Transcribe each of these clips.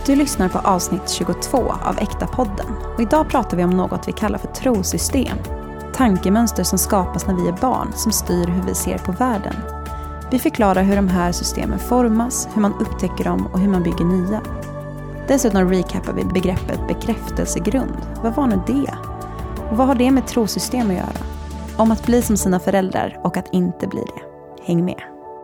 Du lyssnar på avsnitt 22 av Äkta-podden. Och idag pratar vi om något vi kallar för trosystem. Tankemönster som skapas när vi är barn som styr hur vi ser på världen. Vi förklarar hur de här systemen formas, hur man upptäcker dem och hur man bygger nya. Dessutom recapar vi begreppet bekräftelsegrund. Vad var nu det? Och vad har det med trosystem att göra? Om att bli som sina föräldrar och att inte bli det. Häng med.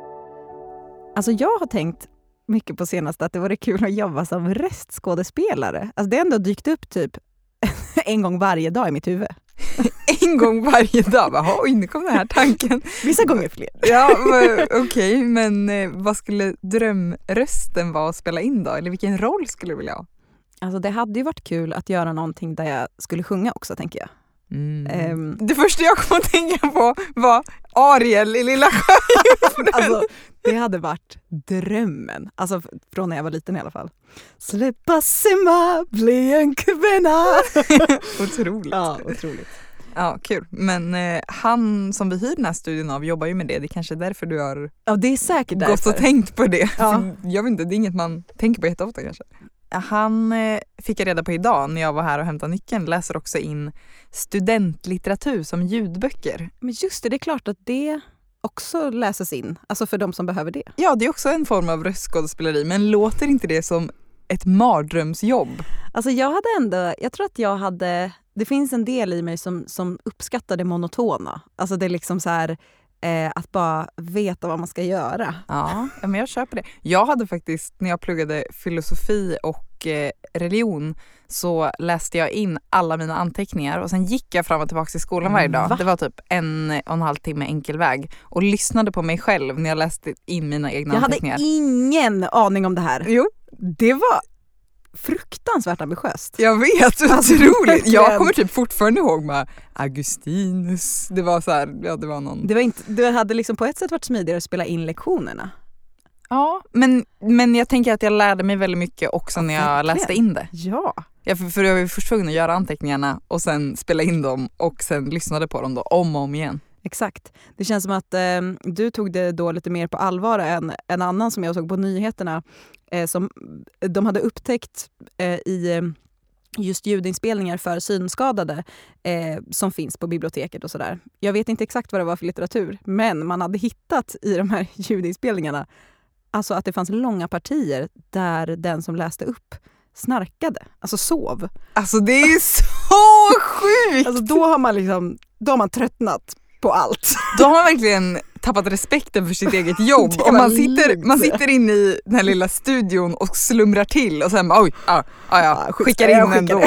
Alltså jag har tänkt mycket på senaste att det vore kul att jobba som röstskådespelare. Alltså det har ändå dykt upp typ en gång varje dag i mitt huvud. En gång varje dag? Oj, nu kom den här tanken. Vissa gånger fler. Ja, okej, men vad skulle drömrösten vara att spela in då? Eller vilken roll skulle du vilja ha? Alltså det hade ju varit kul att göra någonting där jag skulle sjunga också, tänker jag. Det första jag kom att tänka på var Ariel i Lilla Sjöjungfrun. Alltså, det hade varit drömmen. Alltså från när jag var liten i alla fall. Släppa simma, bli en kvinna. Otroligt. Ja, otroligt. Ja, kul. Men han som vi hyr den här studien av jobbar ju med det. Det är kanske därför du har det är säkert gått därför. och tänkt på det. Ja. Jag vet inte, det är inget man tänker på jätteofta kanske. Han fick jag reda på idag när jag var här och hämtade nyckeln. Läser också in studentlitteratur som ljudböcker. Men just det är klart att det också läses in. Alltså för de som behöver det. Ja, det är också en form av röstskådespeleri. Men låter inte det som ett mardrömsjobb? Alltså jag tror att jag hade, det finns en del i mig som uppskattar det monotona. Alltså det är liksom så här att bara veta vad man ska göra. Ja, men jag köper det. Jag hade faktiskt, när jag pluggade filosofi och religion, så läste jag in alla mina anteckningar och sen gick jag fram och tillbaka till skolan varje dag. Va? Det var typ 1,5 timme enkel väg och lyssnade på mig själv när jag läste in mina egna anteckningar. Jag hade ingen aning om det här. Jo. Det var fruktansvärt ambitiöst. Jag vet, Alltså, otroligt. verkligen. Jag kommer typ fortfarande ihåg med Augustinus. Det var så här, ja, det var någon. Det hade liksom på ett sätt varit smidigare att spela in lektionerna. Ja, men jag tänker att jag lärde mig väldigt mycket också när jag verkligen. läste in det. Ja. För jag var ju först tvungen att göra anteckningarna och sen spela in dem och sen lyssnade på dem då om och om igen. Exakt. Det känns som att du tog det då lite mer på allvar än en annan som jag såg på nyheterna som de hade upptäckt i just ljudinspelningar för synskadade som finns på biblioteket och sådär. Jag vet inte exakt vad det var för litteratur, men man hade hittat i de här ljudinspelningarna alltså att det fanns långa partier där den som läste upp snarkade, alltså sov. Alltså det är så sjukt! Alltså då har man tröttnat på allt. Då har man verkligen tappat respekten för sitt eget jobb. Och man sitter inne i den här lilla studion och slumrar till och sen skickar in ändå.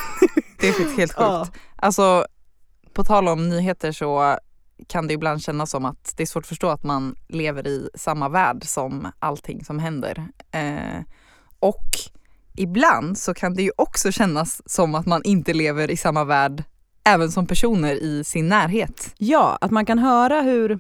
Det är helt sjukt. Ja. Alltså, på tal om nyheter så kan det ibland kännas som att det är svårt att förstå att man lever i samma värld som allting som händer. Och ibland så kan det ju också kännas som att man inte lever i samma värld även som personer i sin närhet. Ja, att man kan höra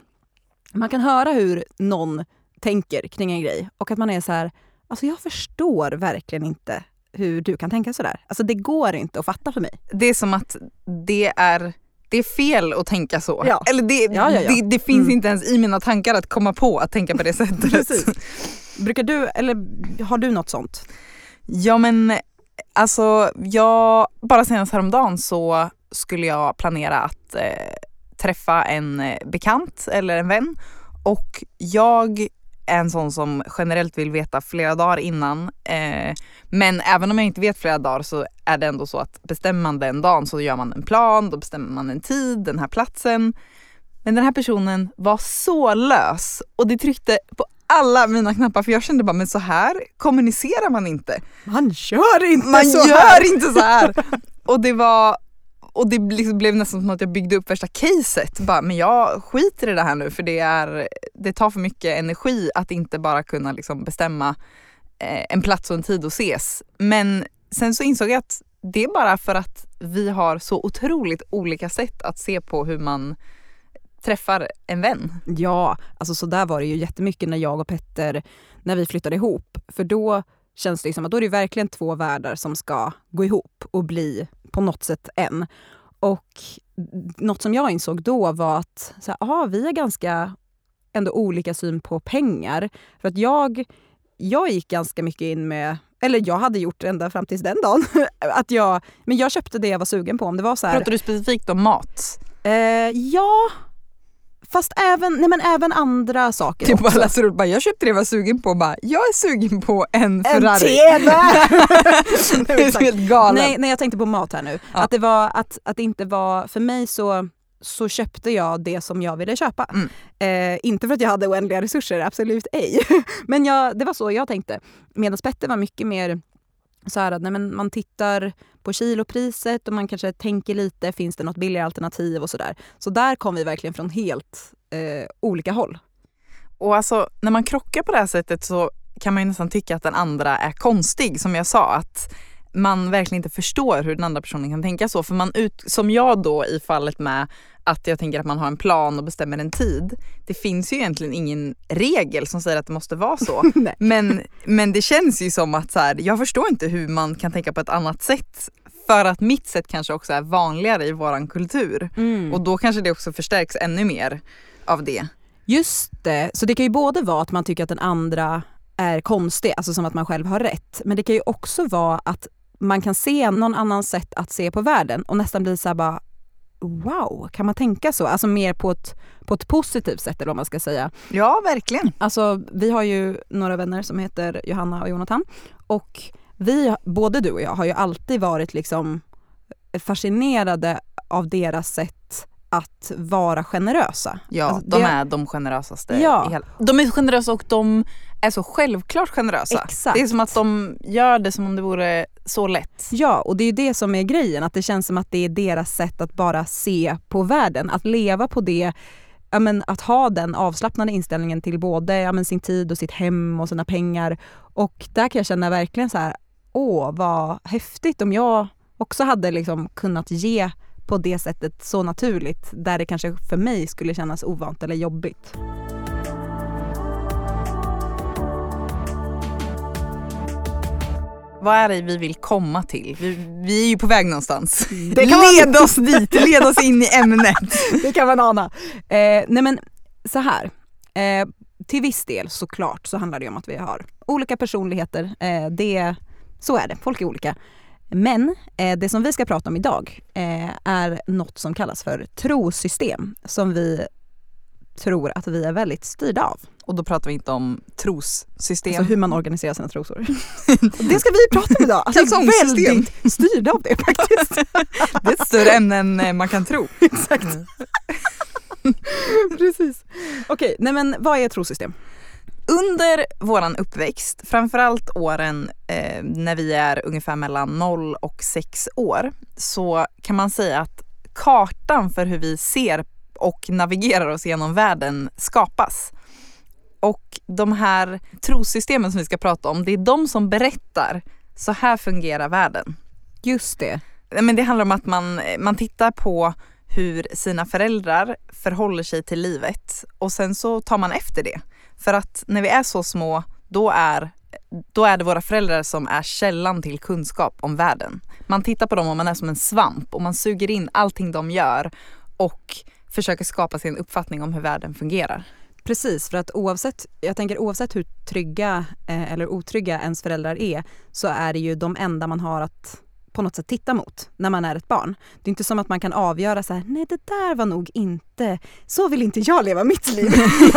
hur någon tänker kring en grej och att man är så här, alltså jag förstår verkligen inte hur du kan tänka så där. Alltså det går inte att fatta för mig. Det är som att det är fel att tänka så. Ja. Eller det finns inte ens i mina tankar att komma på att tänka på det sättet. Precis. Brukar du, eller har du något sånt? Ja, men alltså bara senast häromdagen så skulle jag planera att träffa en bekant eller en vän, och jag är en sån som generellt vill veta flera dagar innan, men även om jag inte vet flera dagar så är det ändå så att bestämmer man den dagen så gör man en plan, då bestämmer man en tid, den här platsen. Men den här personen var så lös och det tryckte på alla mina knappar, för jag kände bara, men så här kommunicerar man inte. Man gör inte så här. Och det liksom blev nästan som att jag byggde upp värsta caset. Bara, men jag skiter i det här nu, för det tar för mycket energi att inte bara kunna liksom bestämma en plats och en tid att ses. Men sen så insåg jag att det är bara för att vi har så otroligt olika sätt att se på hur man träffar en vän. Ja, alltså så där var det ju jättemycket när jag och Petter, när vi flyttade ihop. För då känns det som att då är det verkligen två världar som ska gå ihop och bli på något sätt en. Och något som jag insåg då var att vi har ganska ändå olika syn på pengar. För att jag gick ganska mycket in med, eller jag hade gjort ända fram tills den dagen, men jag köpte det jag var sugen på. Om det var så här, pratar du specifikt om mat? Ja, fast även andra saker typ också. Bara läser upp, jag köpte det jag var sugen på, bara, jag är sugen på en Ferrari. En TV! Det är helt galet. Nej, jag tänkte på mat här nu. Ja. Att det var, att det inte var, för mig så köpte jag det som jag ville köpa. Inte för att jag hade oändliga resurser, absolut ej. Men det var så jag tänkte. Medan Petter var mycket mer så här att men man tittar på kilopriset och man kanske tänker lite, finns det något billigare alternativ och sådär. Så där kom vi verkligen från helt olika håll. Och alltså, när man krockar på det här sättet så kan man ju nästan tycka att den andra är konstig, som jag sa, att man verkligen inte förstår hur den andra personen kan tänka så. För som jag då i fallet med att jag tänker att man har en plan och bestämmer en tid. Det finns ju egentligen ingen regel som säger att det måste vara så. men det känns ju som att så här, jag förstår inte hur man kan tänka på ett annat sätt. För att mitt sätt kanske också är vanligare i våran kultur. Och då kanske det också förstärks ännu mer av det. Just det, så det kan ju både vara att man tycker att den andra är konstig, alltså som att man själv har rätt. Men det kan ju också vara att man kan se någon annan sätt att se på världen och nästan bli så här bara, wow, kan man tänka så? Alltså mer på ett positivt sätt, eller vad man ska säga. Ja, verkligen. Alltså vi har ju några vänner som heter Johanna och Jonathan, och både du och jag har ju alltid varit liksom fascinerade av deras sätt att vara generösa. Ja, alltså, de är de generösaste. Ja. De är generösa och de är så självklart generösa. Exakt. Det är som att de gör det som om det vore så lätt. Ja, och det är ju det som är grejen. Att det känns som att det är deras sätt att bara se på världen. Att leva på det, att ha den avslappnade inställningen till både sin tid och sitt hem och sina pengar. Och där kan jag känna verkligen så här, vad häftigt om jag också hade liksom kunnat ge på det sättet så naturligt, där det kanske för mig skulle kännas ovant eller jobbigt. Vad är det vi vill komma till? Vi är ju på väg någonstans. Led oss dit, led oss in i ämnet. Det kan man ana. Nej men så här, till viss del såklart så handlar det om att vi har olika personligheter. Så är det, folk är olika. Men det som vi ska prata om idag är något som kallas för trossystem, som vi tror att vi är väldigt styrda av. Och då pratar vi inte om trossystem. Alltså hur man organiserar sina trosor. Det ska vi prata om idag. Alltså väldigt styrda av det faktiskt. Det är ett större ämne än man kan tro. Exakt. Precis. Okej, men vad är trossystem? Under våran uppväxt, framförallt åren när vi är ungefär mellan 0 och 6 år, så kan man säga att kartan för hur vi ser och navigerar oss genom världen skapas. Och de här trossystemen som vi ska prata om, det är de som berättar, så här fungerar världen. Just det. Men det handlar om att man tittar på hur sina föräldrar förhåller sig till livet, och sen så tar man efter det. För att när vi är så små, då är det våra föräldrar som är källan till kunskap om världen. Man tittar på dem och man är som en svamp, och man suger in allting de gör och försöker skapa sin uppfattning om hur världen fungerar. Precis, för att oavsett hur trygga eller otrygga ens föräldrar är, så är det ju de enda man har att på något sätt titta mot när man är ett barn. Det är inte som att man kan avgöra så här, nej det där var nog inte, så vill inte jag leva mitt liv.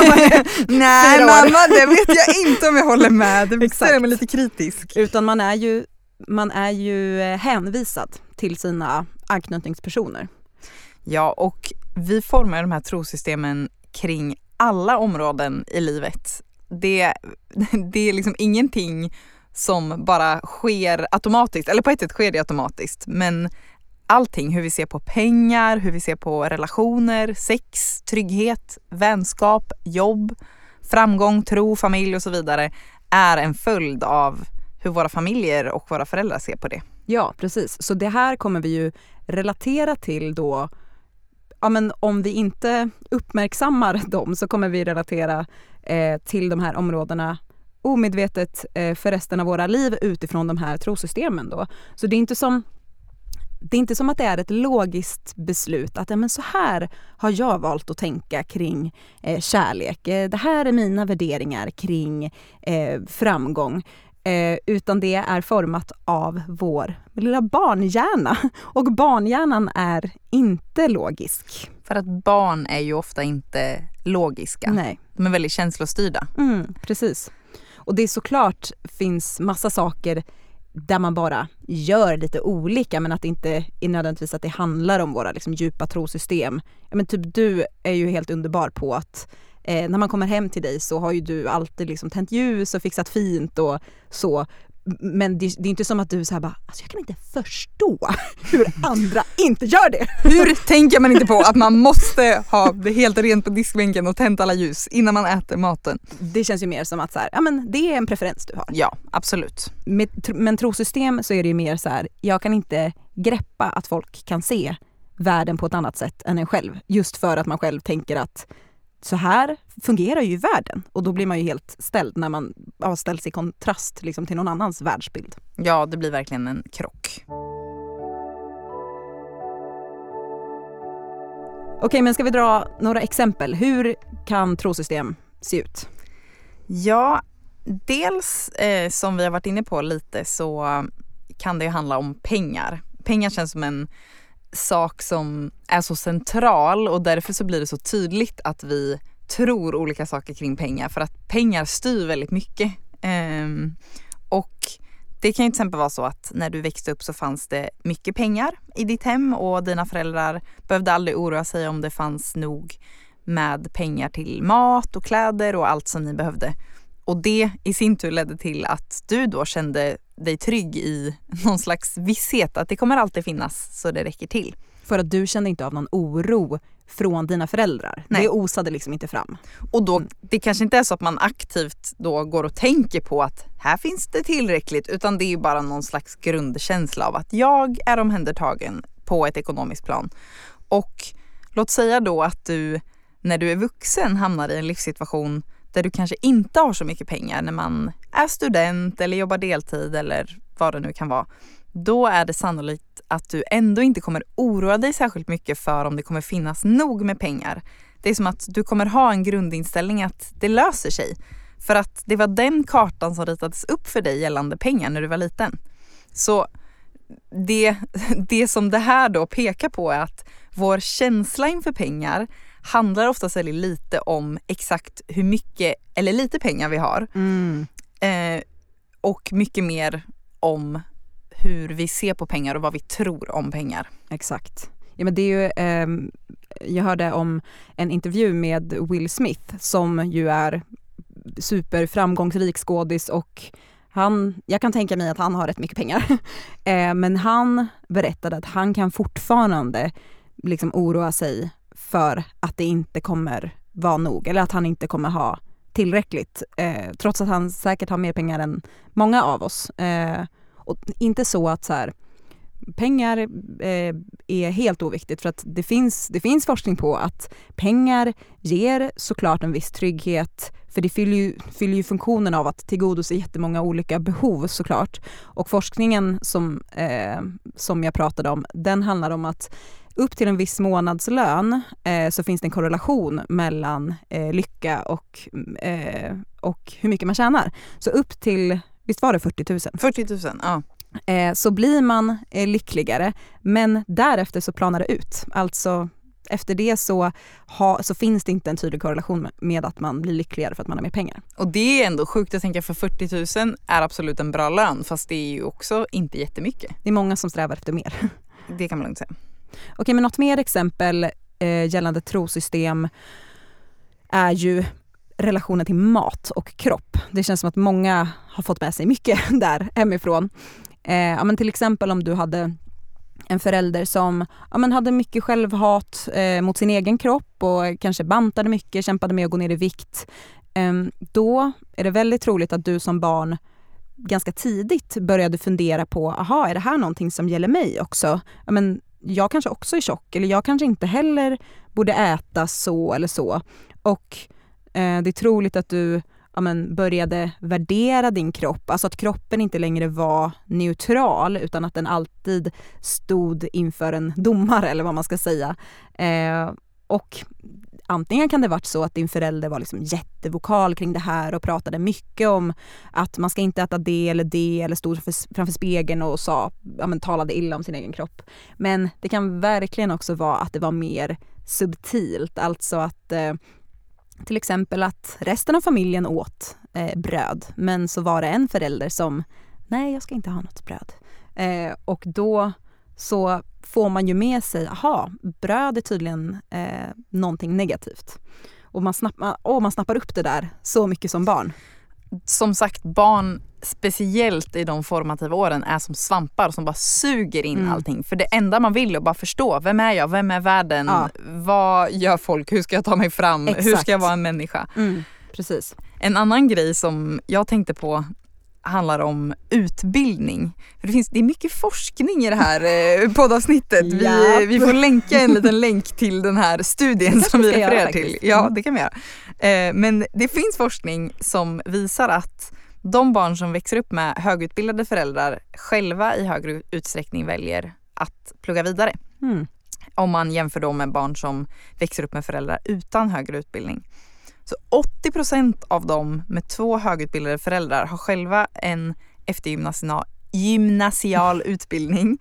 Nej mamma, det vet jag inte om jag håller med. Det ställer mig lite kritisk. Utan man är ju hänvisad till sina anknytningspersoner. Ja, och vi formar de här trosystemen kring alla områden i livet. Det är liksom ingenting som bara sker automatiskt, eller på ett sätt sker det automatiskt, men allting, hur vi ser på pengar, hur vi ser på relationer, sex, trygghet, vänskap, jobb, framgång, tro, familj och så vidare, är en följd av hur våra familjer och våra föräldrar ser på det. Ja, precis. Så det här kommer vi ju relatera till då. Ja, men om vi inte uppmärksammar dem så kommer vi relatera till de här områdena omedvetet för resten av våra liv utifrån de här trosystemen då. Så det är inte som att det är ett logiskt beslut att men så här har jag valt att tänka kring kärlek. Det här är mina värderingar kring framgång. utan det är format av vår lilla barnhjärna. Och barnhjärnan är inte logisk. För att barn är ju ofta inte logiska. Nej. De är väldigt känslostyrda. Precis. Och det är såklart finns massa saker där man bara gör lite olika, men att det inte är nödvändigtvis att det handlar om våra liksom djupa trosystem. Ja, men typ du är ju helt underbar på att när man kommer hem till dig så har ju du alltid liksom tänt ljus och fixat fint och så. Men det är inte som att du så här bara, alltså jag kan inte förstå hur andra inte gör det. Hur tänker man inte på att man måste ha det helt rent på diskbänken och tänt alla ljus innan man äter maten? Det känns ju mer som att så här, ja, men det är en preferens du har. Ja, absolut. Men trosystem så är det ju mer så här, jag kan inte greppa att folk kan se världen på ett annat sätt än en själv. Just för att man själv tänker att så här fungerar ju världen. Och då blir man ju helt ställd när man ställs i kontrast liksom, till någon annans världsbild. Ja, det blir verkligen en krock. Okej, men ska vi dra några exempel? Hur kan trosystem se ut? Ja, dels som vi har varit inne på lite så kan det ju handla om pengar. Pengar känns som en sak som är så central och därför så blir det så tydligt att vi tror olika saker kring pengar för att pengar styr väldigt mycket. Och det kan ju till exempel vara så att när du växte upp så fanns det mycket pengar i ditt hem och dina föräldrar behövde aldrig oroa sig om det fanns nog med pengar till mat och kläder och allt som ni behövde. Och det i sin tur ledde till att du då kände dig trygg i någon slags visshet att det kommer alltid finnas så det räcker till. För att du kände inte av någon oro från dina föräldrar. Nej. Det osade liksom inte fram. Och då, det kanske inte är så att man aktivt då går och tänker på att här finns det tillräckligt, utan det är ju bara någon slags grundkänsla av att jag är omhändertagen på ett ekonomiskt plan. Och låt säga då att du när du är vuxen hamnar i en livssituation där du kanske inte har så mycket pengar, när man är student eller jobbar deltid eller vad det nu kan vara, då är det sannolikt att du ändå inte kommer oroa dig särskilt mycket för om det kommer finnas nog med pengar. Det är som att du kommer ha en grundinställning att det löser sig. För att det var den kartan som ritades upp för dig gällande pengar när du var liten. Så det som det här då pekar på är att vår känsla inför pengar handlar oftast väldigt lite om exakt hur mycket eller lite pengar vi har. Och mycket mer om hur vi ser på pengar och vad vi tror om pengar. Exakt. Ja, men det är ju, jag hörde om en intervju med Will Smith som ju är superframgångsrik skådis och jag kan tänka mig att han har rätt mycket pengar. Men han berättade att han kan fortfarande liksom oroa sig för att det inte kommer vara nog eller att han inte kommer ha tillräckligt. Trots att han säkert har mer pengar än många av oss. Och inte så att så här, pengar är helt oviktigt, för att det finns forskning på att pengar ger såklart en viss trygghet, för det fyller ju funktionen av att tillgodose jättemånga olika behov såklart. Och forskningen som jag pratade om, den handlar om att upp till en viss månadslön så finns det en korrelation mellan lycka och hur mycket man tjänar. Så upp till, visst var det 40 000? 40 000, ja. Så blir man lyckligare, men därefter så planar det ut. Alltså efter det så finns det inte en tydlig korrelation med att man blir lyckligare för att man har mer pengar. Och det är ändå sjukt att tänka, för 40 000 är absolut en bra lön, fast det är ju också inte jättemycket. Det är många som strävar efter mer. Det kan man lugnt säga. Okej, men något mer exempel gällande trosystem är ju relationen till mat och kropp. Det känns som att många har fått med sig mycket där hemifrån. Men till exempel om du hade en förälder som hade mycket självhat mot sin egen kropp och kanske bantade mycket, kämpade med att gå ner i vikt. Då är det väldigt troligt att du som barn ganska tidigt började fundera på, är det här någonting som gäller mig också? Jag kanske också är tjock, eller jag kanske inte heller borde äta så eller så. Och det är troligt att du började värdera din kropp, alltså att kroppen inte längre var neutral utan att den alltid stod inför en domare, eller vad man ska säga. Och antingen kan det varit så att din förälder var liksom jättevokal kring det här och pratade mycket om att man ska inte äta det eller stod framför spegeln och talade illa om sin egen kropp. Men det kan verkligen också vara att det var mer subtilt, alltså att till exempel att resten av familjen åt bröd, men så var det en förälder som nej, jag ska inte ha något bröd. Och då så får man ju med sig, bröd är tydligen någonting negativt. Och man snappar upp det där så mycket som barn. Som sagt, barn, speciellt i de formativa åren, är som svampar som bara suger in allting. För det enda man vill är bara förstå, vem är jag, vem är världen, vad gör folk, hur ska jag ta mig fram, hur ska jag vara en människa. Precis. En annan grej som jag tänkte på handlar om utbildning. För det är mycket forskning i det här poddavsnittet. Vi får länka en liten länk till den här studien som vi refererar till. Ja, det kan vi göra. Men det finns forskning som visar att de barn som växer upp med högutbildade föräldrar själva i högre utsträckning väljer att plugga vidare. Om man jämför då med barn som växer upp med föräldrar utan högre utbildning. Så 80% av dem med 2 högutbildade föräldrar har själva en eftergymnasial utbildning.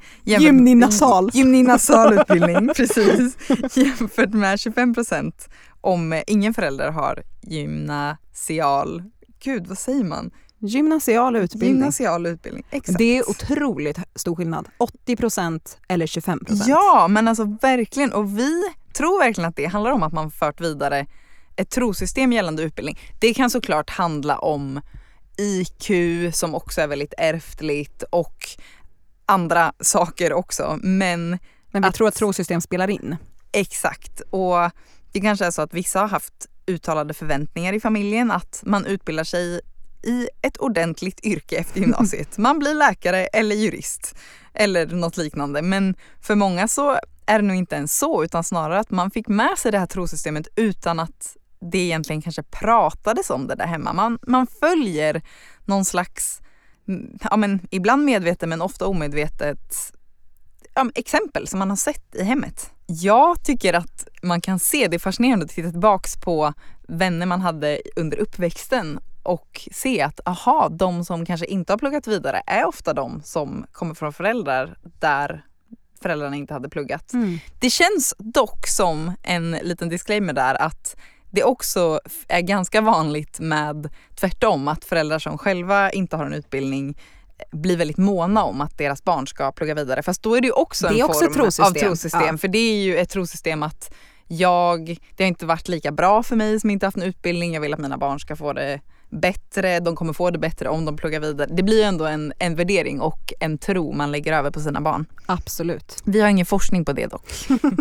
Gymninasal utbildning, precis. Jämfört med 25% om ingen förälder har gymnasial... Gud, vad säger man? Gymnasial utbildning. Exakt. Det är otroligt stor skillnad. 80% eller 25%. Ja, men alltså verkligen. Och vi tror verkligen att det handlar om att man fört vidare ett trosystem gällande utbildning. Det kan såklart handla om IQ som också är väldigt ärftligt och andra saker också. Men vi tror att trosystem spelar in. Exakt. Och det kanske är så att vissa har haft uttalade förväntningar i familjen att man utbildar sig i ett ordentligt yrke efter gymnasiet. Man blir läkare eller jurist eller något liknande. Men för många så är det nog inte ens så, utan snarare att man fick med sig det här trosystemet utan att det egentligen kanske pratades om det där hemma. Man följer någon slags, ibland medvetet men ofta omedvetet exempel som man har sett i hemmet. Jag tycker att man kan se, det är fascinerande att titta tillbaka på vänner man hade under uppväxten och se att de som kanske inte har pluggat vidare är ofta de som kommer från föräldrar där föräldrarna inte hade pluggat. Det känns dock som en liten disclaimer där att det också är ganska vanligt med tvärtom, att föräldrar som själva inte har en utbildning blir väldigt måna om att deras barn ska plugga vidare. Fast då är det ju också en form av trosystem. Ja. För det är ju ett trosystem att det har inte varit lika bra för mig som inte haft en utbildning. Jag vill att mina barn ska få det bättre. De kommer få det bättre om de pluggar vidare. Det blir ju ändå en värdering och en tro man lägger över på sina barn. Absolut. Vi har ingen forskning på det dock.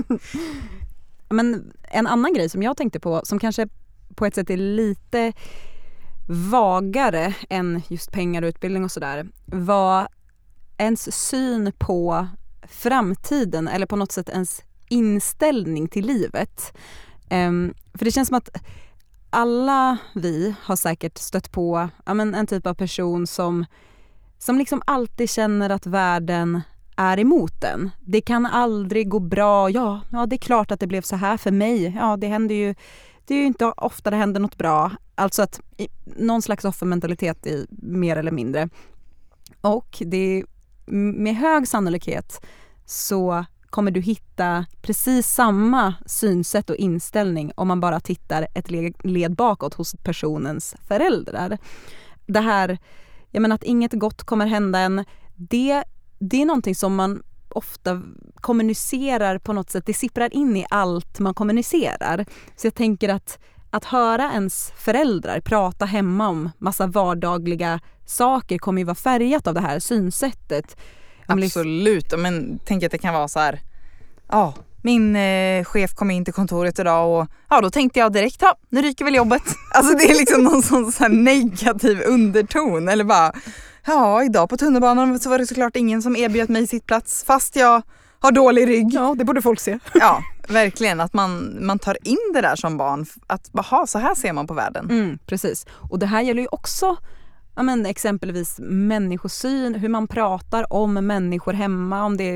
Men en annan grej som jag tänkte på, som kanske på ett sätt är lite vagare än just pengar och utbildning och sådär, var ens syn på framtiden eller på något sätt ens inställning till livet. För det känns som att alla vi har säkert stött på en typ av person som liksom alltid känner att världen är emot den. Det kan aldrig gå bra. Ja, det är klart att det blev så här för mig. Ja, det händer ju. Det är ju inte ofta det händer något bra. Alltså att någon slags offermentalitet i mer eller mindre. Och det är med hög sannolikhet så kommer du hitta precis samma synsätt och inställning om man bara tittar ett led bakåt hos personens föräldrar. Det här, att inget gott kommer hända en, det är någonting som man ofta kommunicerar på något sätt. Det sipprar in i allt man kommunicerar. Så jag tänker att höra ens föräldrar prata hemma om massa vardagliga saker kommer ju vara färgat av det här synsättet. Absolut. Men tänk att det kan vara så här. Min chef kom in till kontoret idag och då tänkte jag direkt, nu ryker väl jobbet. Alltså det är liksom någon sån så här negativ underton. Eller bara, idag på tunnelbanan så var det såklart ingen som erbjöd mig sitt plats fast jag har dålig rygg. Ja, det borde folk se. Ja, verkligen. Att man tar in det där som barn. Att så här ser man på världen. Precis. Och det här gäller ju också exempelvis människosyn, hur man pratar om människor hemma, om det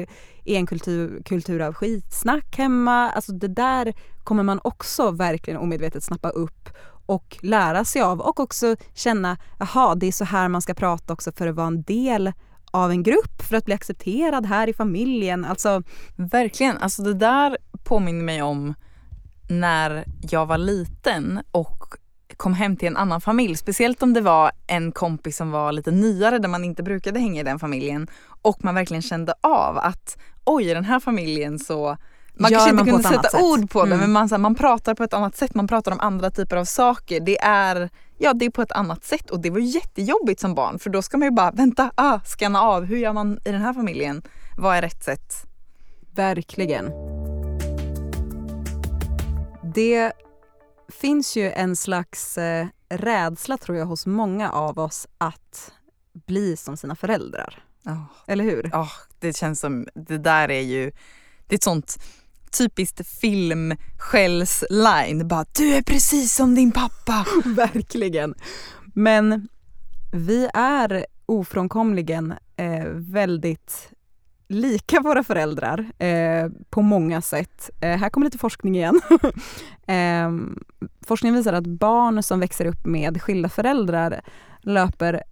kultur av skitsnack hemma. Alltså det där kommer man också verkligen omedvetet snappa upp och lära sig av. Och också känna, jaha, det är så här man ska prata också för att vara en del av en grupp, för att bli accepterad här i familjen. Alltså verkligen, alltså det där påminner mig om när jag var liten och kom hem till en annan familj. Speciellt om det var en kompis som var lite nyare där man inte brukade hänga i den familjen. Och man verkligen kände av att oj, i den här familjen så... Man kanske inte kunde sätta ord på det, men man pratar på ett annat sätt. Man pratar om andra typer av saker. Det är på ett annat sätt. Och det var jättejobbigt som barn. För då ska man ju bara, scanna av. Hur gör man i den här familjen? Vad är rätt sätt? Verkligen. Det finns ju en slags rädsla, tror jag, hos många av oss att bli som sina föräldrar. Eller hur? Ja, det känns som, det där är ju, det är ett sånt typiskt filmskällsline. Bara, du är precis som din pappa. Verkligen. Men vi är ofrånkomligen väldigt lika våra föräldrar på många sätt. Här kommer lite forskning igen. Forskningen visar att barn som växer upp med skilda föräldrar löper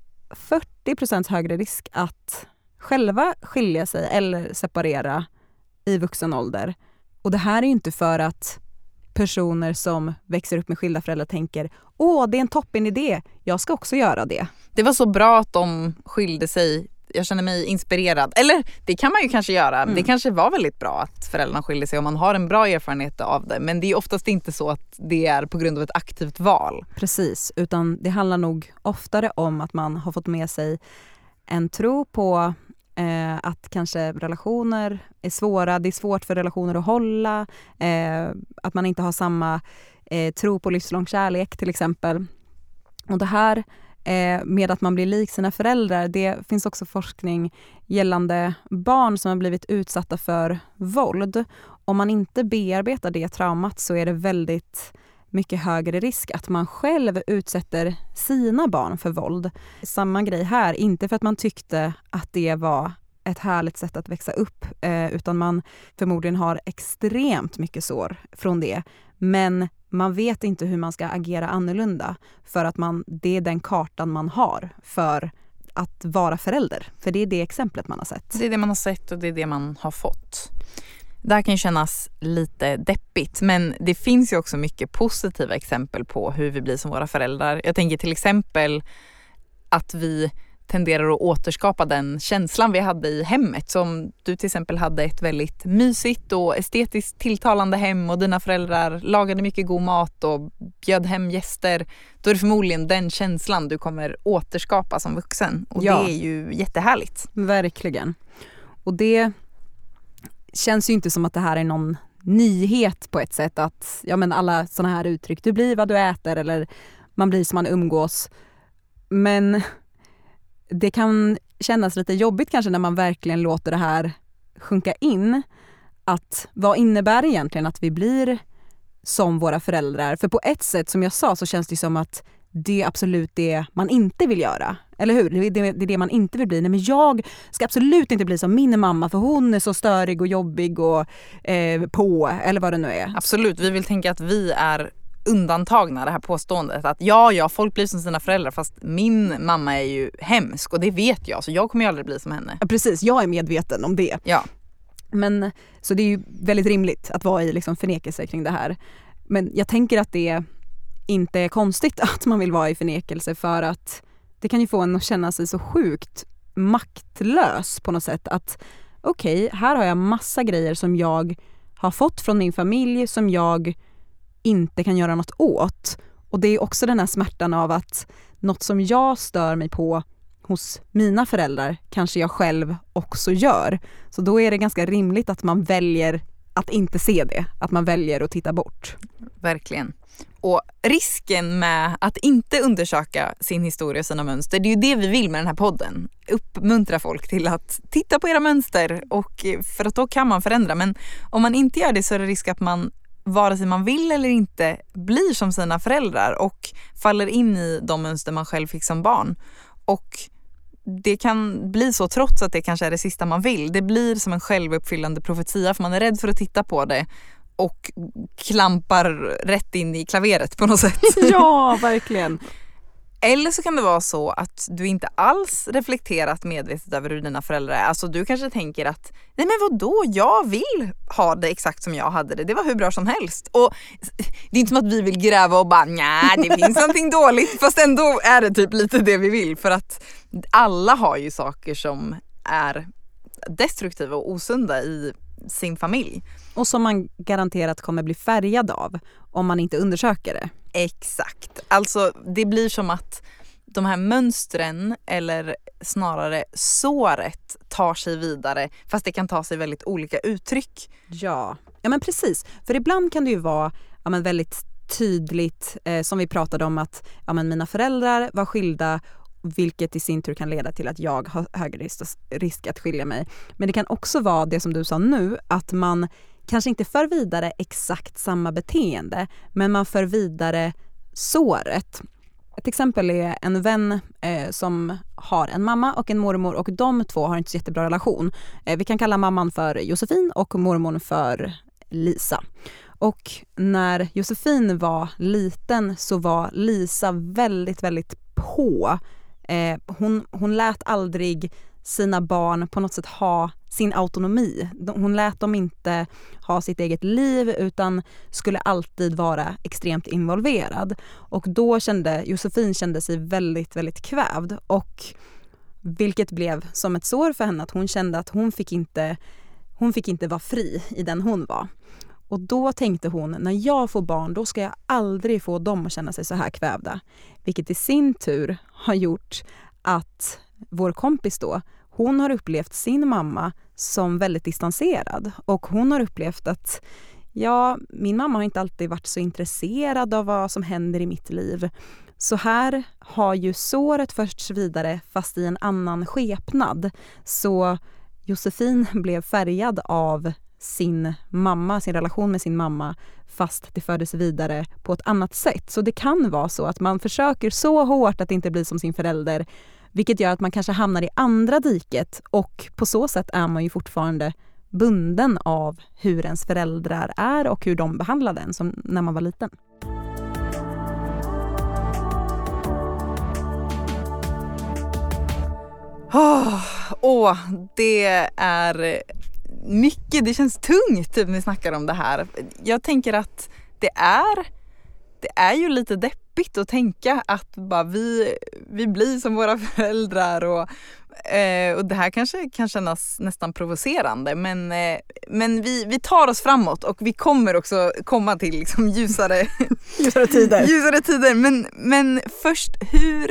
40% högre risk att själva skilja sig eller separera i vuxen ålder. Och det här är ju inte för att personer som växer upp med skilda föräldrar tänker, det är en toppen idé, jag ska också göra det. Det var så bra att de skilde sig. Jag känner mig inspirerad. Eller det kan man ju kanske göra. Det kanske var väldigt bra att föräldrarna skilde sig om man har en bra erfarenhet av det. Men det är oftast inte så att det är på grund av ett aktivt val. Precis, utan det handlar nog oftare om att man har fått med sig en tro på att kanske relationer är svåra. Det är svårt för relationer att hålla. Att man inte har samma tro på livslång kärlek till exempel. Och det här med att man blir lik sina föräldrar, det finns också forskning gällande barn som har blivit utsatta för våld. Om man inte bearbetar det traumat så är det väldigt mycket högre risk att man själv utsätter sina barn för våld. Samma grej här, inte för att man tyckte att det var ett härligt sätt att växa upp, utan man förmodligen har extremt mycket sår från det. Men man vet inte hur man ska agera annorlunda för att det är den kartan man har för att vara förälder. För det är det exemplet man har sett. Det är det man har sett och det är det man har fått. Det här kan ju kännas lite deppigt, men det finns ju också mycket positiva exempel på hur vi blir som våra föräldrar. Jag tänker till exempel att vi tenderar att återskapa den känslan vi hade i hemmet. Som du till exempel hade ett väldigt mysigt och estetiskt tilltalande hem och dina föräldrar lagade mycket god mat och bjöd hem gäster. Då är det förmodligen den känslan du kommer återskapa som vuxen. Och det är ju jättehärligt. Verkligen. Och det känns ju inte som att det här är någon nyhet på ett sätt. Att alla såna här uttryck, du blir vad du äter eller man blir som man umgås. Men det kan kännas lite jobbigt kanske när man verkligen låter det här sjunka in. Att vad innebär egentligen att vi blir som våra föräldrar? För på ett sätt, som jag sa, så känns det som att det är absolut det man inte vill göra. Eller hur? Det är det man inte vill bli. Nej, men jag ska absolut inte bli som min mamma, för hon är så störig och jobbig och eller vad det nu är. Absolut, vi vill tänka att vi är undantagna, det här påståendet att folk blir som sina föräldrar, fast min mamma är ju hemsk och det vet jag, så jag kommer ju aldrig bli som henne. Ja, precis, jag är medveten om det. Ja. Men så det är ju väldigt rimligt att vara i förnekelse kring det här. Men jag tänker att det inte är konstigt att man vill vara i förnekelse, för att det kan ju få en att känna sig så sjukt maktlös på något sätt. Att okej, här har jag massa grejer som jag har fått från min familj som jag inte kan göra något åt. Och det är också den här smärtan av att något som jag stör mig på hos mina föräldrar kanske jag själv också gör. Så då är det ganska rimligt att man väljer att inte se det. Att man väljer att titta bort. Verkligen. Och risken med att inte undersöka sin historia och sina mönster, det är ju det vi vill med den här podden. Uppmuntra folk till att titta på era mönster, och för att då kan man förändra. Men om man inte gör det så är det risk att man, vare sig man vill eller inte, blir som sina föräldrar och faller in i de mönster man själv fick som barn. Och det kan bli så trots att det kanske är det sista man vill. Det blir som en självuppfyllande profetia för man är rädd för att titta på det och klampar rätt in i klaveret på något sätt. Ja, verkligen. Eller så kan det vara så att du inte alls reflekterat medvetet över hur dina föräldrar är. Alltså du kanske tänker att, nej men vadå, jag vill ha det exakt som jag hade det. Det var hur bra som helst. Och det är inte som att vi vill gräva och bara, nej det finns någonting dåligt. Fast ändå är det typ lite det vi vill. För att alla har ju saker som är destruktiva och osunda i sin familj. Och som man garanterat kommer bli färgad av om man inte undersöker det. Exakt. Alltså det blir som att de här mönstren eller snarare såret tar sig vidare fast det kan ta sig väldigt olika uttryck. Ja men precis. För ibland kan det ju vara väldigt tydligt som vi pratade om att mina föräldrar var skilda, vilket i sin tur kan leda till att jag har högre risk att skilja mig. Men det kan också vara det som du sa nu, att man kanske inte för vidare exakt samma beteende, men man för vidare såret. Ett exempel är en vän som har en mamma och en mormor och de två har inte så jättebra relation. Vi kan kalla mamman för Josefin och mormor för Lisa. Och när Josefin var liten så var Lisa väldigt, väldigt på. Hon lät aldrig sina barn på något sätt ha sin autonomi. Hon lät dem inte ha sitt eget liv utan skulle alltid vara extremt involverad. Och då Josefin kände sig väldigt, väldigt kvävd. Och vilket blev som ett sår för henne, att hon kände att hon fick inte vara fri i den hon var. Och då tänkte hon, när jag får barn då ska jag aldrig få dem att känna sig så här kvävda. Vilket i sin tur har gjort att vår kompis då, hon har upplevt sin mamma som väldigt distanserad. Och hon har upplevt att min mamma har inte alltid varit så intresserad av vad som händer i mitt liv. Så här har ju såret förts vidare fast i en annan skepnad. Så Josefin blev färgad av sin relation med sin mamma, fast det fördes vidare på ett annat sätt. Så det kan vara så att man försöker så hårt att inte bli som sin förälder, vilket gör att man kanske hamnar i andra diket, och på så sätt är man ju fortfarande bunden av hur ens föräldrar är och hur de behandlade en som när man var liten. Det är mycket, det känns tungt typ när vi snackar om det här. Jag tänker att det är ju lite deppigt att tänka att bara vi blir som våra föräldrar och det här kanske kan kännas nästan provocerande, men vi tar oss framåt och vi kommer också komma till liksom ljusare tider. Men först, hur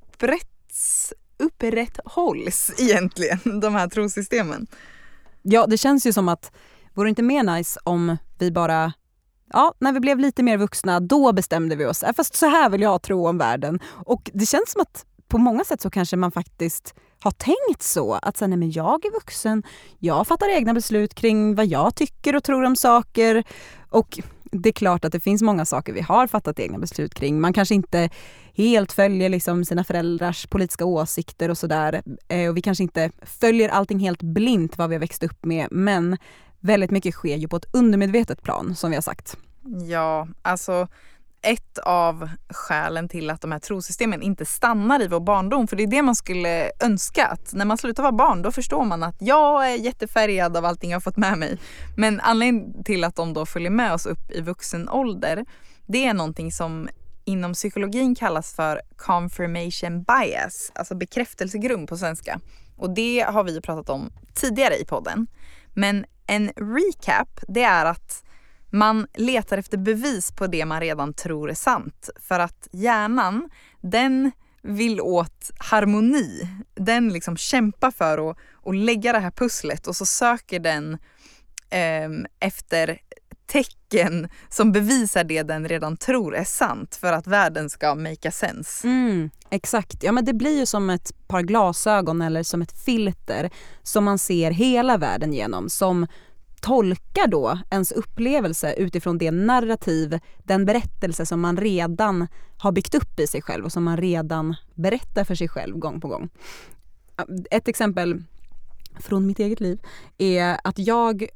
upprätthålls egentligen de här trosystemen? Ja, det känns ju som att vore inte mer nice om vi bara, när vi blev lite mer vuxna, då bestämde vi oss. Fast så här vill jag tro om världen. Och det känns som att på många sätt så kanske man faktiskt har tänkt så. Att nej, men jag är vuxen, jag fattar egna beslut kring vad jag tycker och tror om saker. Och det är klart att det finns många saker vi har fattat egna beslut kring. Man kanske inte helt följer liksom sina föräldrars politiska åsikter och sådär. Och vi kanske inte följer allting helt blint vad vi har växt upp med. Men väldigt mycket sker ju på ett undermedvetet plan, som vi har sagt. Ja, alltså ett av skälen till att de här trosystemen inte stannar i vår barndom, för det är det man skulle önska, att när man slutar vara barn då förstår man att jag är jättefärgad av allting jag har fått med mig. Men anledningen till att de då följer med oss upp i vuxen ålder, det är någonting som inom psykologin kallas för confirmation bias, alltså bekräftelsegrund på svenska. Och det har vi pratat om tidigare i podden. Men en recap, det är att man letar efter bevis på det man redan tror är sant. För att hjärnan, den vill åt harmoni. Den liksom kämpar för att lägga det här pusslet, och så söker den efter tecken som bevisar det den redan tror är sant för att världen ska make sense. Exakt. Ja, men det blir ju som ett par glasögon eller som ett filter som man ser hela världen genom, som tolkar då ens upplevelse utifrån det narrativ, den berättelse som man redan har byggt upp i sig själv och som man redan berättar för sig själv gång på gång. ett exempel från mitt eget liv är att jag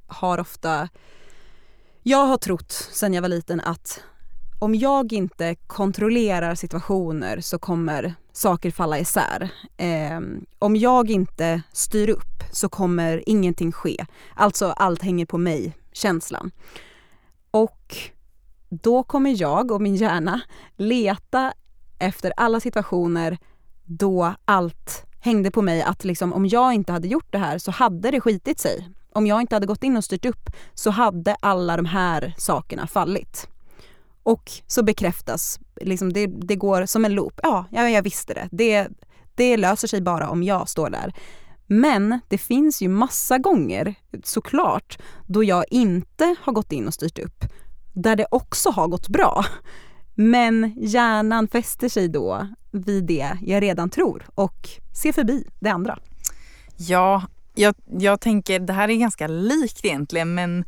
har trott sedan jag var liten att om jag inte kontrollerar situationer så kommer saker falla isär. Om jag inte styr upp så kommer ingenting ske. Alltså allt hänger på mig, känslan. Och då kommer jag och min hjärna leta efter alla situationer då allt hängde på mig. Att liksom, om jag inte hade gjort det här så hade det skitit sig. Om jag inte hade gått in och styrt upp så hade alla de här sakerna fallit. Och så bekräftas, liksom det går som en loop. Ja, jag visste det. Det löser sig bara om jag står där. Men det finns ju massa gånger, såklart, då jag inte har gått in och styrt upp. Där det också har gått bra. Men hjärnan fäster sig då vid det jag redan tror och ser förbi det andra. Ja, jag tänker, det här är ganska likt egentligen, men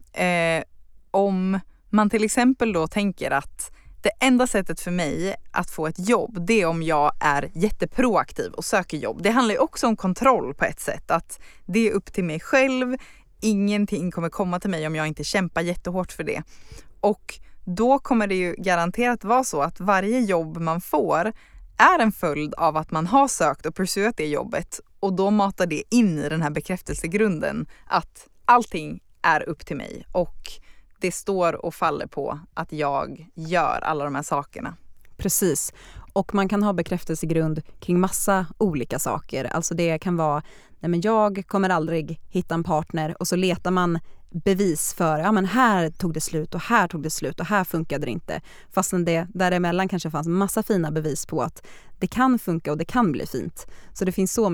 om man till exempel då tänker att det enda sättet för mig att få ett jobb, det är om jag är jätteproaktiv och söker jobb. Det handlar ju också om kontroll på ett sätt, att det är upp till mig själv. Ingenting kommer komma till mig om jag inte kämpar jättehårt för det. Och då kommer det ju garanterat vara så att varje jobb man får är en följd av att man har sökt och pursuat det jobbet. Och då matar det in i den här bekräftelsegrunden att allting är upp till mig och det står och faller på att jag gör alla de här sakerna. Precis. Och man kan ha bekräftelsegrund kring massa olika saker. Alltså det kan vara, nej men jag kommer aldrig hitta en partner, och så letar man bevis för, ja men här tog det slut och här tog det slut och här funkade det inte. Fastän det däremellan kanske fanns massa fina bevis på att det kan funka och det kan bli fint. Så det finns så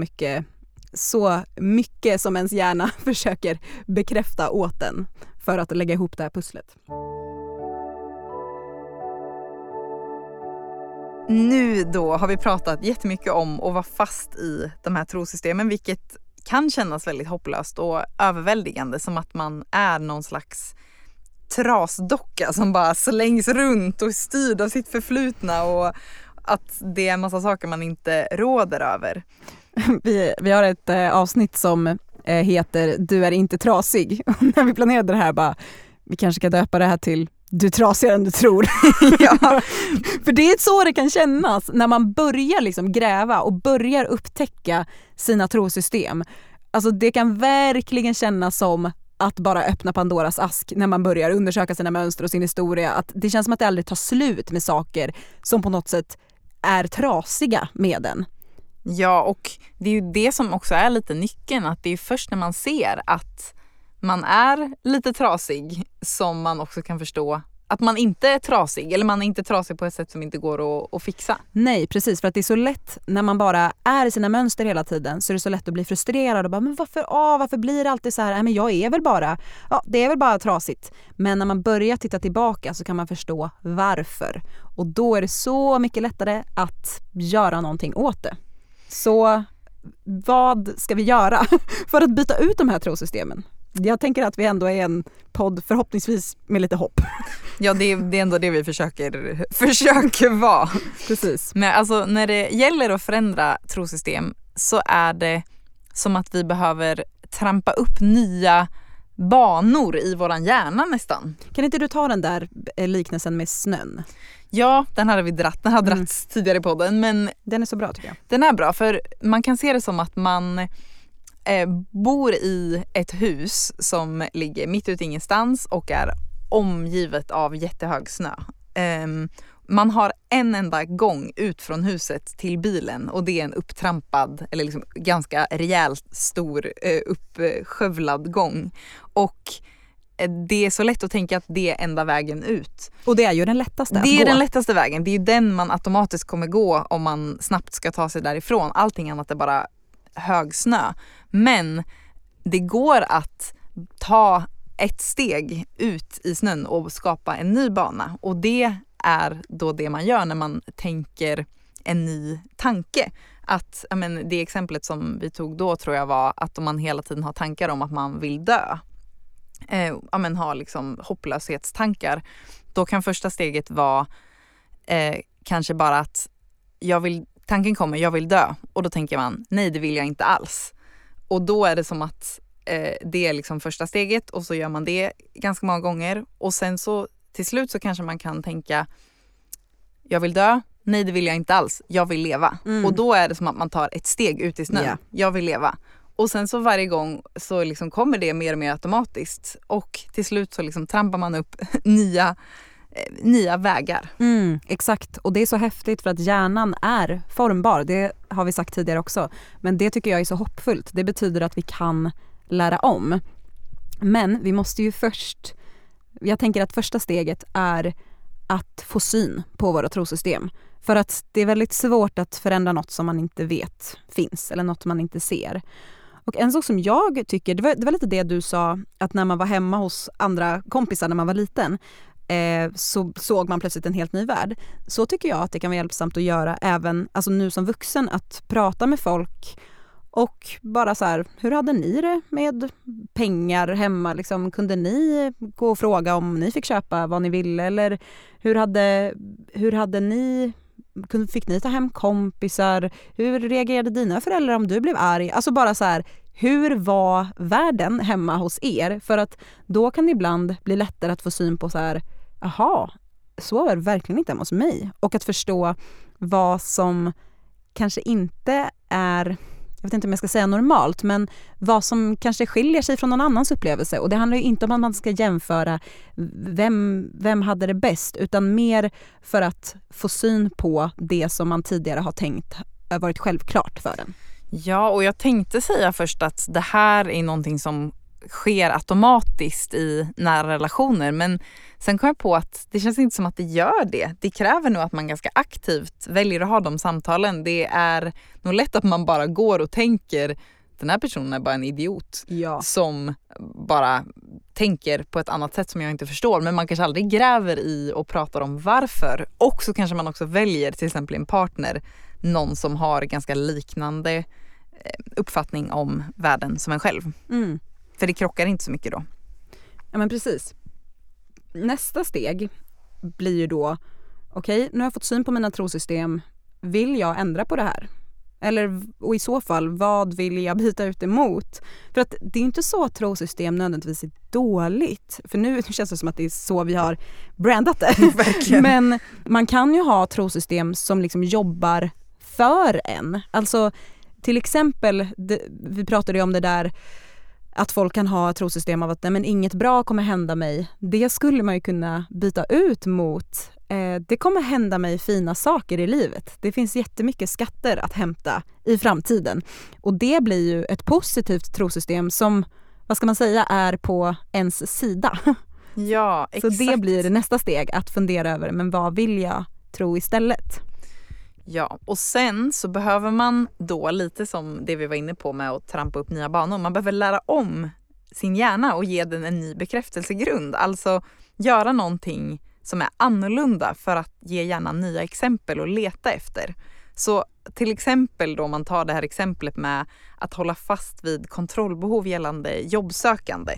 mycket som ens hjärna försöker bekräfta åt en för att lägga ihop det här pusslet. Nu då har vi pratat jättemycket om att vara fast i de här trosystemen, vilket kan kännas väldigt hopplöst och överväldigande, som att man är någon slags trasdocka som bara slängs runt och är styrd av sitt förflutna och att det är en massa saker man inte råder över. Vi har ett avsnitt som heter Du är inte trasig. Och när vi planerade det här bara, vi kanske ska döpa det här till Du är trasigare än du tror. Ja. För det är så det kan kännas när man börjar liksom gräva och börjar upptäcka sina trosystem. Alltså det kan verkligen kännas som att bara öppna Pandoras ask när man börjar undersöka sina mönster och sin historia. Att det känns som att det aldrig tar slut med saker som på något sätt är trasiga med den. Ja, och det är ju det som också är lite nyckeln, att det är först när man ser att man är lite trasig som man också kan förstå att man inte är trasig, eller man är inte trasig på ett sätt som inte går att fixa. Nej, precis, för att det är så lätt när man bara är i sina mönster hela tiden, så är det så lätt att bli frustrerad och bara, men varför blir det alltid så här? Men jag är väl bara, det är väl bara trasigt. Men när man börjar titta tillbaka så kan man förstå varför. Och då är det så mycket lättare att göra någonting åt det. Så vad ska vi göra för att byta ut de här trosystemen? Jag tänker att vi ändå är en podd förhoppningsvis med lite hopp. Ja, det är ändå det vi försöker vara. Precis. Men alltså, när det gäller att förändra trosystem så är det som att vi behöver trampa upp nya banor i våran hjärna nästan. Kan inte du ta den där liknelsen med snön? Ja, den har dragits tidigare i podden, men den är så bra tycker jag. Den är bra, för man kan se det som att man bor i ett hus som ligger mitt ute ingenstans och är omgivet av jättehög snö. Man har en enda gång ut från huset till bilen, och det är en upptrampad eller liksom ganska rejält stor uppskövlad gång. Och det är så lätt att tänka att det är enda vägen ut. Och det är ju den lättaste att gå. Det är den lättaste vägen. Det är ju den man automatiskt kommer gå om man snabbt ska ta sig därifrån. Allting annat är bara hög snö. Men det går att ta ett steg ut i snön och skapa en ny bana. Och det är då det man gör när man tänker en ny tanke. Att, det exemplet som vi tog då tror jag var att om man hela tiden har tankar om att man vill dö, har liksom hopplöshetstankar, då kan första steget vara kanske bara att jag vill tanken kommer, jag vill dö. Och då tänker man, nej det vill jag inte alls. Och då är det som att det är liksom första steget och så gör man det ganska många gånger. Och sen så till slut så kanske man kan tänka, jag vill dö. Nej, det vill jag inte alls. Jag vill leva. Och då är det som att man tar ett steg ut i snön. Yeah. Jag vill leva. Och sen så varje gång så liksom kommer det mer och mer automatiskt. Och till slut så liksom trampar man upp nya vägar. Exakt. Och det är så häftigt för att hjärnan är formbar. Det har vi sagt tidigare också. Men det tycker jag är så hoppfullt. Det betyder att vi kan lära om. Men vi måste ju först... Jag tänker att första steget är att få syn på våra trosystem. För att det är väldigt svårt att förändra något som man inte vet finns eller något man inte ser. Och en sak som jag tycker, det var lite det du sa, att när man var hemma hos andra kompisar när man var liten så såg man plötsligt en helt ny värld. Så tycker jag att det kan vara hjälpsamt att göra även alltså nu som vuxen, att prata med folk och bara så här, hur hade ni det med pengar hemma? Liksom, kunde ni gå och fråga om ni fick köpa vad ni ville? Eller hur hade ni, fick ni ta hem kompisar? Hur reagerade dina föräldrar om du blev arg? Alltså bara så här, hur var världen hemma hos er? För att då kan det ibland bli lättare att få syn på så här, aha, så var det verkligen inte hemma hos mig. Och att förstå vad som kanske inte är... Jag vet inte om jag ska säga normalt, men vad som kanske skiljer sig från någon annans upplevelse. Och det handlar ju inte om att man ska jämföra vem hade det bäst, utan mer för att få syn på det som man tidigare har tänkt varit självklart för en. Ja, och jag tänkte säga först att det här är någonting som sker automatiskt i nära relationer, men sen kom jag på att det känns inte som att det gör det. Det kräver nog att man ganska aktivt väljer att ha de samtalen. Det är nog lätt att man bara går och tänker, den här personen är bara en idiot som bara tänker på ett annat sätt som jag inte förstår, men man kanske aldrig gräver i och pratar om varför. Och så kanske man också väljer till exempel en partner, någon som har ganska liknande uppfattning om världen som en själv. För det krockar inte så mycket då. Ja, men precis. Nästa steg blir ju då, okej, nu har jag fått syn på mina trosystem. Vill jag ändra på det här? Och i så fall, vad vill jag byta ut emot? För att det är inte så att trosystem nödvändigtvis är dåligt. För nu känns det som att det är så vi har brandat det. Verkligen. Men man kan ju ha trosystem som liksom jobbar för en. Alltså till exempel, vi pratade ju om det där att folk kan ha ett trosystem av att nej, men inget bra kommer hända mig. Det skulle man ju kunna byta ut mot det kommer hända mig fina saker i livet. Det finns jättemycket skatter att hämta i framtiden. Och det blir ju ett positivt trosystem som, vad ska man säga, är på ens sida. Ja, exakt. Så det blir nästa steg, att fundera över, men vad vill jag tro istället? Ja, och sen så behöver man då, lite som det vi var inne på med att trampa upp nya banor, man behöver lära om sin hjärna och ge den en ny bekräftelsegrund. Alltså göra någonting som är annorlunda för att ge hjärnan nya exempel och leta efter. Så till exempel då man tar det här exemplet med att hålla fast vid kontrollbehov gällande jobbsökande.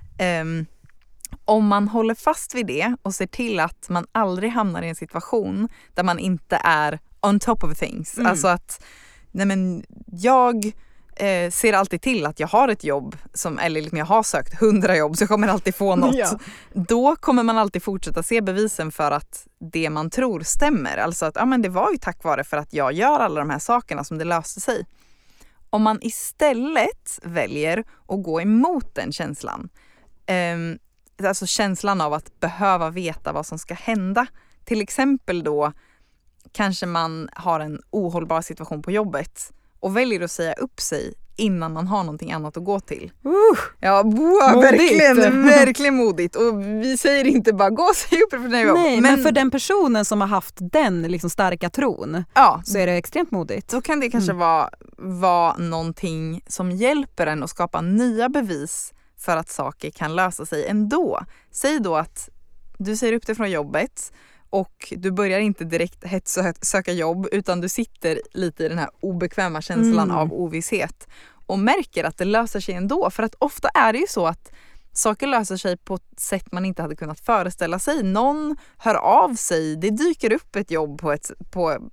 Om man håller fast vid det och ser till att man aldrig hamnar i en situation där man inte är on top of things. Alltså att jag ser alltid till att jag har ett jobb eller liksom jag har sökt 100 jobb så jag kommer alltid få något. Ja. Då kommer man alltid fortsätta se bevisen för att det man tror stämmer. Alltså att men det var ju tack vare för att jag gör alla de här sakerna som det löste sig. Om man istället väljer att gå emot den känslan, alltså känslan av att behöva veta vad som ska hända. Till exempel då kanske man har en ohållbar situation på jobbet och väljer att säga upp sig innan man har någonting annat att gå till. Ja, verkligen modigt. Och vi säger inte bara gå och säga upp från jobb. Nej, men för den personen som har haft den liksom starka tron, så är det extremt modigt. Då kan det kanske vara någonting som hjälper en att skapa nya bevis för att saker kan lösa sig ändå. Säg då att du säger upp dig från jobbet och du börjar inte direkt söka jobb, utan du sitter lite i den här obekväma känslan av ovisshet och märker att det löser sig ändå. För att ofta är det ju så att saker löser sig på ett sätt man inte hade kunnat föreställa sig. Någon hör av sig, det dyker upp ett jobb på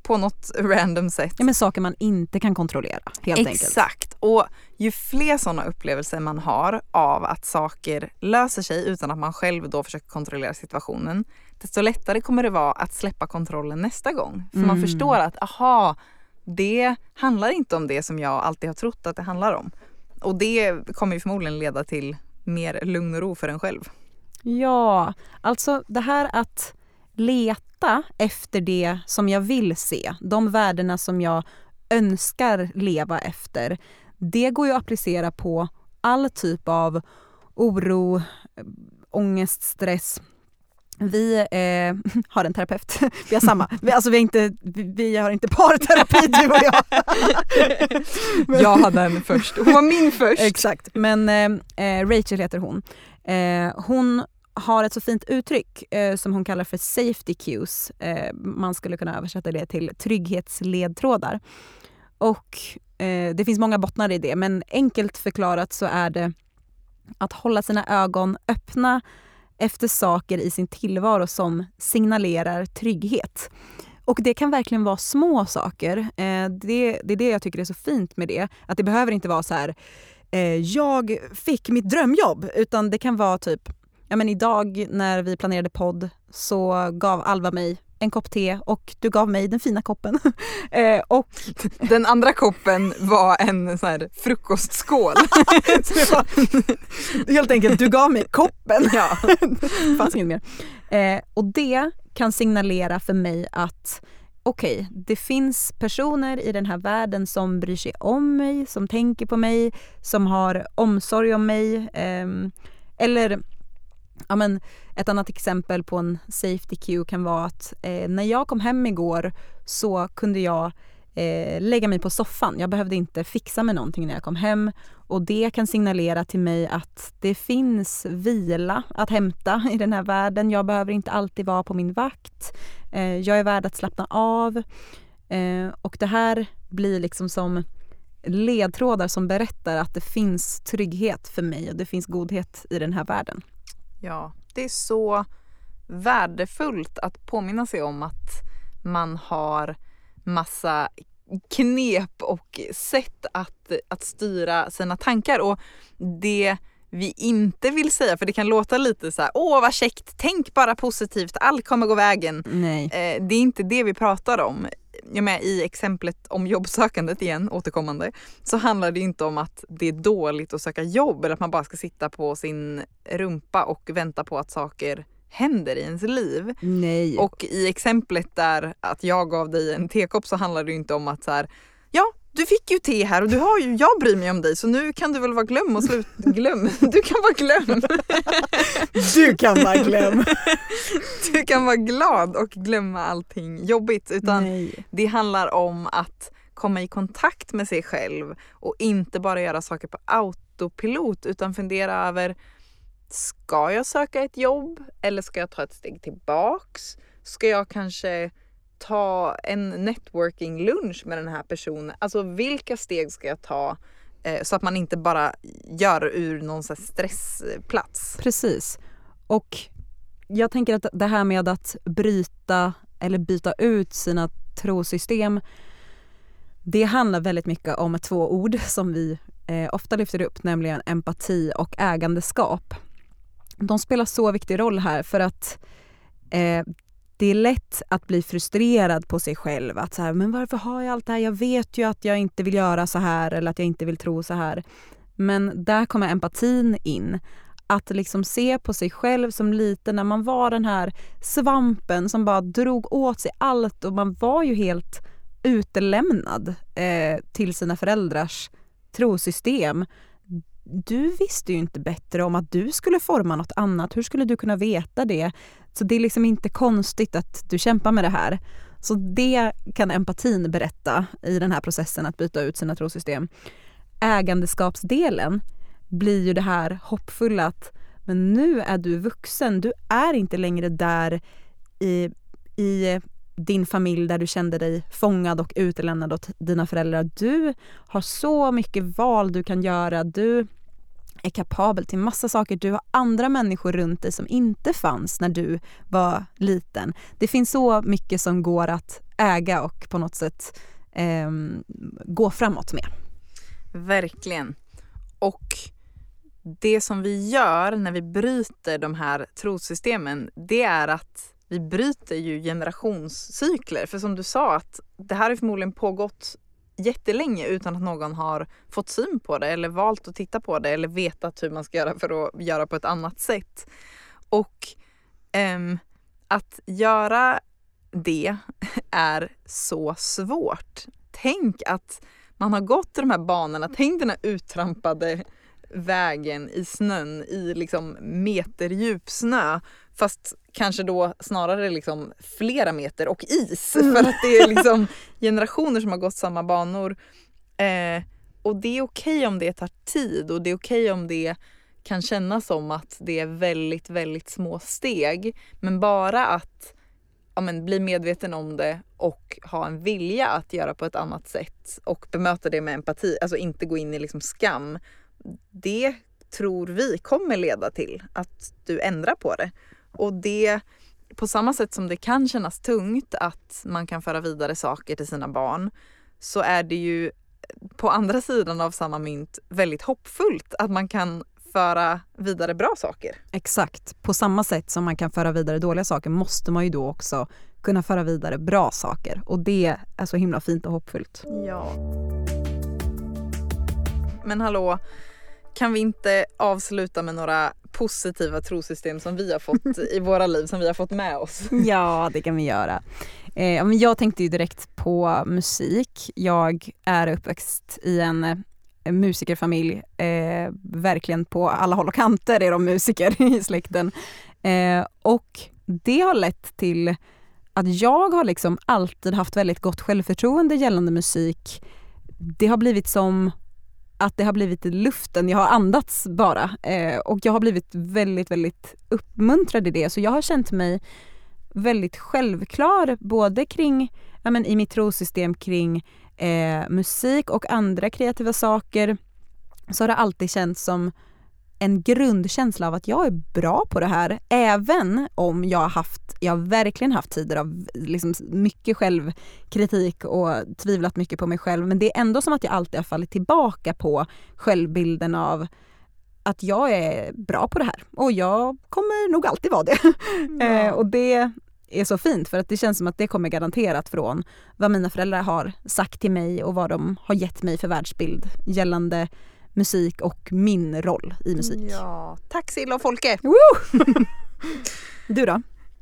på något random sätt. Ja, men saker man inte kan kontrollera, helt enkelt. Exakt. Och ju fler sådana upplevelser man har av att saker löser sig utan att man själv då försöker kontrollera situationen, desto lättare kommer det vara att släppa kontrollen nästa gång. För man förstår att, det handlar inte om det som jag alltid har trott att det handlar om. Och det kommer ju förmodligen leda till mer lugn och ro för en själv. Ja, alltså det här att leta efter det som jag vill se, de värdena som jag önskar leva efter, det går ju att applicera på all typ av oro, ångest, stress. Vi har en terapeut. Vi har samma. Vi har inte parterapi, du och jag. Jag hade henne först. Hon var min först. Exakt. Men Rachel heter hon. Hon har ett så fint uttryck som hon kallar för safety cues. Man skulle kunna översätta det till trygghetsledtrådar. Och det finns många bottnar i det, men enkelt förklarat så är det att hålla sina ögon öppna efter saker i sin tillvaro som signalerar trygghet. Och det kan verkligen vara små saker. Det är det jag tycker är så fint med det. Att det behöver inte vara så här, jag fick mitt drömjobb, utan det kan vara typ, idag när vi planerade podd så gav Alva mig en kopp te och du gav mig den fina koppen. Och den andra koppen var en sån här frukostskål. Så det var, helt enkelt, du gav mig koppen. Ja. Det fanns inget mer. Och det kan signalera för mig att okej, det finns personer i den här världen som bryr sig om mig, som tänker på mig, som har omsorg om mig. Eller ett annat exempel på en safety cue kan vara att när jag kom hem igår så kunde jag lägga mig på soffan. Jag behövde inte fixa med någonting när jag kom hem, och det kan signalera till mig att det finns vila att hämta i den här världen. Jag behöver inte alltid vara på min vakt. Jag är värd att slappna av. Och det här blir liksom som ledtrådar som berättar att det finns trygghet för mig och det finns godhet i den här världen. Ja, det är så värdefullt att påminna sig om att man har massa knep och sätt att styra sina tankar. Och det vi inte vill säga, för det kan låta lite så här, vad käckt, tänk bara positivt, allt kommer gå vägen. Nej. Det är inte det vi pratar om. I exemplet om jobbsökandet igen, återkommande, så handlar det inte om att det är dåligt att söka jobb eller att man bara ska sitta på sin rumpa och vänta på att saker händer i ens liv. Nej. Och i exemplet där att jag gav dig en tekopp så handlar det inte om att så här, du fick ju te här och jag bryr mig om dig, så nu kan du väl vara glöm. Du kan vara glöm. Du kan vara glöm. Du kan vara glad och glömma allting jobbigt. Utan det handlar om att komma i kontakt med sig själv och inte bara göra saker på autopilot, utan fundera över, ska jag söka ett jobb eller ska jag ta ett steg tillbaks? Ska jag kanske ta en networking lunch med den här personen? Alltså vilka steg ska jag ta så att man inte bara gör ur någon sån stressplats? Precis. Och jag tänker att det här med att bryta eller byta ut sina trosystem, det handlar väldigt mycket om 2 ord som vi ofta lyfter upp, nämligen empati och ägandeskap. De spelar så viktig roll här för att det är lätt att bli frustrerad på sig själv. Att så här, men varför har jag allt det här? Jag vet ju att jag inte vill göra så här eller att jag inte vill tro så här. Men där kommer empatin in. Att liksom se på sig själv som lite när man var den här svampen som bara drog åt sig allt, och man var ju helt utelämnad till sina föräldrars trosystem. Du visste ju inte bättre om att du skulle forma något annat. Hur skulle du kunna veta det? Så det är liksom inte konstigt att du kämpar med det här. Så det kan empatin berätta i den här processen att byta ut sina trosystem. Ägandeskapsdelen blir ju det här hoppfulla att men nu är du vuxen. Du är inte längre där i din familj där du kände dig fångad och utelämnad åt dina föräldrar. Du har så mycket val du kan göra. Du är kapabel till massa saker. Du har andra människor runt dig som inte fanns när du var liten. Det finns så mycket som går att äga och på något sätt gå framåt med. Verkligen. Och det som vi gör när vi bryter de här trossystemen, det är att vi bryter ju generationscykler. För som du sa, att det här har förmodligen pågått jättelänge utan att någon har fått syn på det eller valt att titta på det eller vetat hur man ska göra för att göra på ett annat sätt. Och att göra det är så svårt. Tänk att man har gått de här banorna, tänk den här uttrampade vägen i snön i liksom meterdjup snö, fast kanske då snarare liksom flera meter och is för att det är liksom generationer som har gått samma banor. Och det är okej om det tar tid och det är okej om det kan kännas som att det är väldigt, väldigt små steg, men bara att bli medveten om det och ha en vilja att göra på ett annat sätt och bemöta det med empati, alltså inte gå in i liksom skam. Det tror vi kommer leda till att du ändrar på det. Och det, på samma sätt som det kan kännas tungt att man kan föra vidare saker till sina barn, så är det ju på andra sidan av samma mynt väldigt hoppfullt att man kan föra vidare bra saker. Exakt. På samma sätt som man kan föra vidare dåliga saker måste man ju då också kunna föra vidare bra saker. Och det är så himla fint och hoppfullt. Ja. Men hallå, kan vi inte avsluta med några positiva trosystem som vi har fått i våra liv, som vi har fått med oss? Ja, det kan vi göra. Men jag tänkte ju direkt på musik. Jag är uppväxt i en musikerfamilj. Verkligen på alla håll och kanter är de musiker i släkten. Och det har lett till att jag har liksom alltid haft väldigt gott självförtroende gällande musik. Det har blivit som att det har blivit i luften, jag har andats bara. Och jag har blivit väldigt, väldigt uppmuntrad i det. Så jag har känt mig väldigt självklar både kring, i mitt trosystem kring musik och andra kreativa saker. Så har det alltid känts som en grundkänsla av att jag är bra på det här. Även om jag har verkligen haft tider av liksom mycket självkritik och tvivlat mycket på mig själv. Men det är ändå som att jag alltid har fallit tillbaka på självbilden av att jag är bra på det här. Och jag kommer nog alltid vara det. Ja. Och det är så fint för att det känns som att det kommer garanterat från vad mina föräldrar har sagt till mig och vad de har gett mig för världsbild gällande musik och min roll i musik. Ja, tack Silla och Folke! Du då?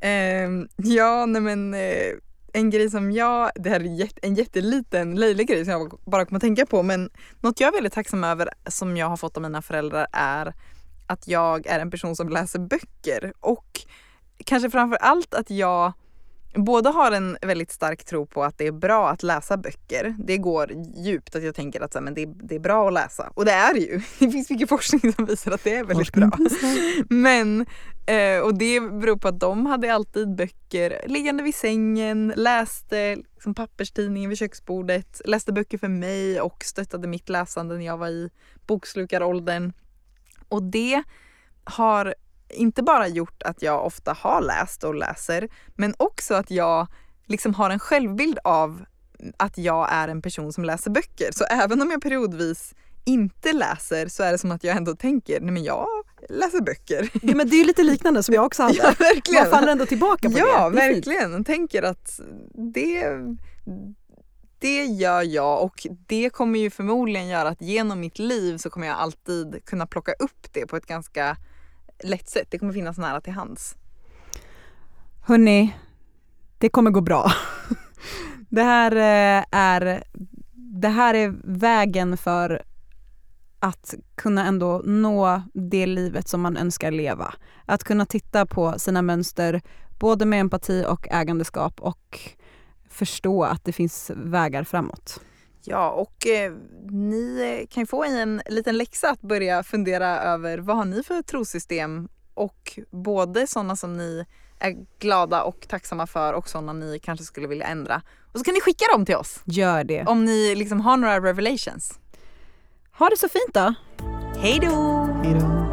En grej som det här är en jätteliten löjlig grej som jag bara kommer att tänka på, men något jag är väldigt tacksam över som jag har fått av mina föräldrar är att jag är en person som läser böcker, och kanske framför allt att jag både har en väldigt stark tro på att det är bra att läsa böcker. Det går djupt att jag tänker att det är bra att läsa. Och det är det ju. Det finns mycket forskning som visar att det är väldigt bra. Men, och det beror på att de hade alltid böcker liggande vid sängen, läste liksom papperstidningen vid köksbordet, läste böcker för mig och stöttade mitt läsande när jag var i bokslukaråldern. Och det har inte bara gjort att jag ofta har läst och läser, men också att jag liksom har en självbild av att jag är en person som läser böcker. Så även om jag periodvis inte läser så är det som att jag ändå tänker, nej men jag läser böcker. Ja, men det är ju lite liknande som jag också hade. Ja, verkligen. Man faller ändå tillbaka på det. Ja, verkligen. Jag tänker att det gör jag, och det kommer ju förmodligen göra att genom mitt liv så kommer jag alltid kunna plocka upp det på ett ganska lätt sätt. Det kommer finnas nära till hands. Hörrni, det kommer gå bra. Det här är vägen för att kunna ändå nå det livet som man önskar leva. Att kunna titta på sina mönster både med empati och ägandeskap och förstå att det finns vägar framåt. Ja, och ni kan ju få en liten läxa att börja fundera över vad har ni för trossystem, och både sådana som ni är glada och tacksamma för och sådana ni kanske skulle vilja ändra. Och så kan ni skicka dem till oss. Gör det. Om ni liksom har några revelations. Ha det så fint då. Hej då! Hej då!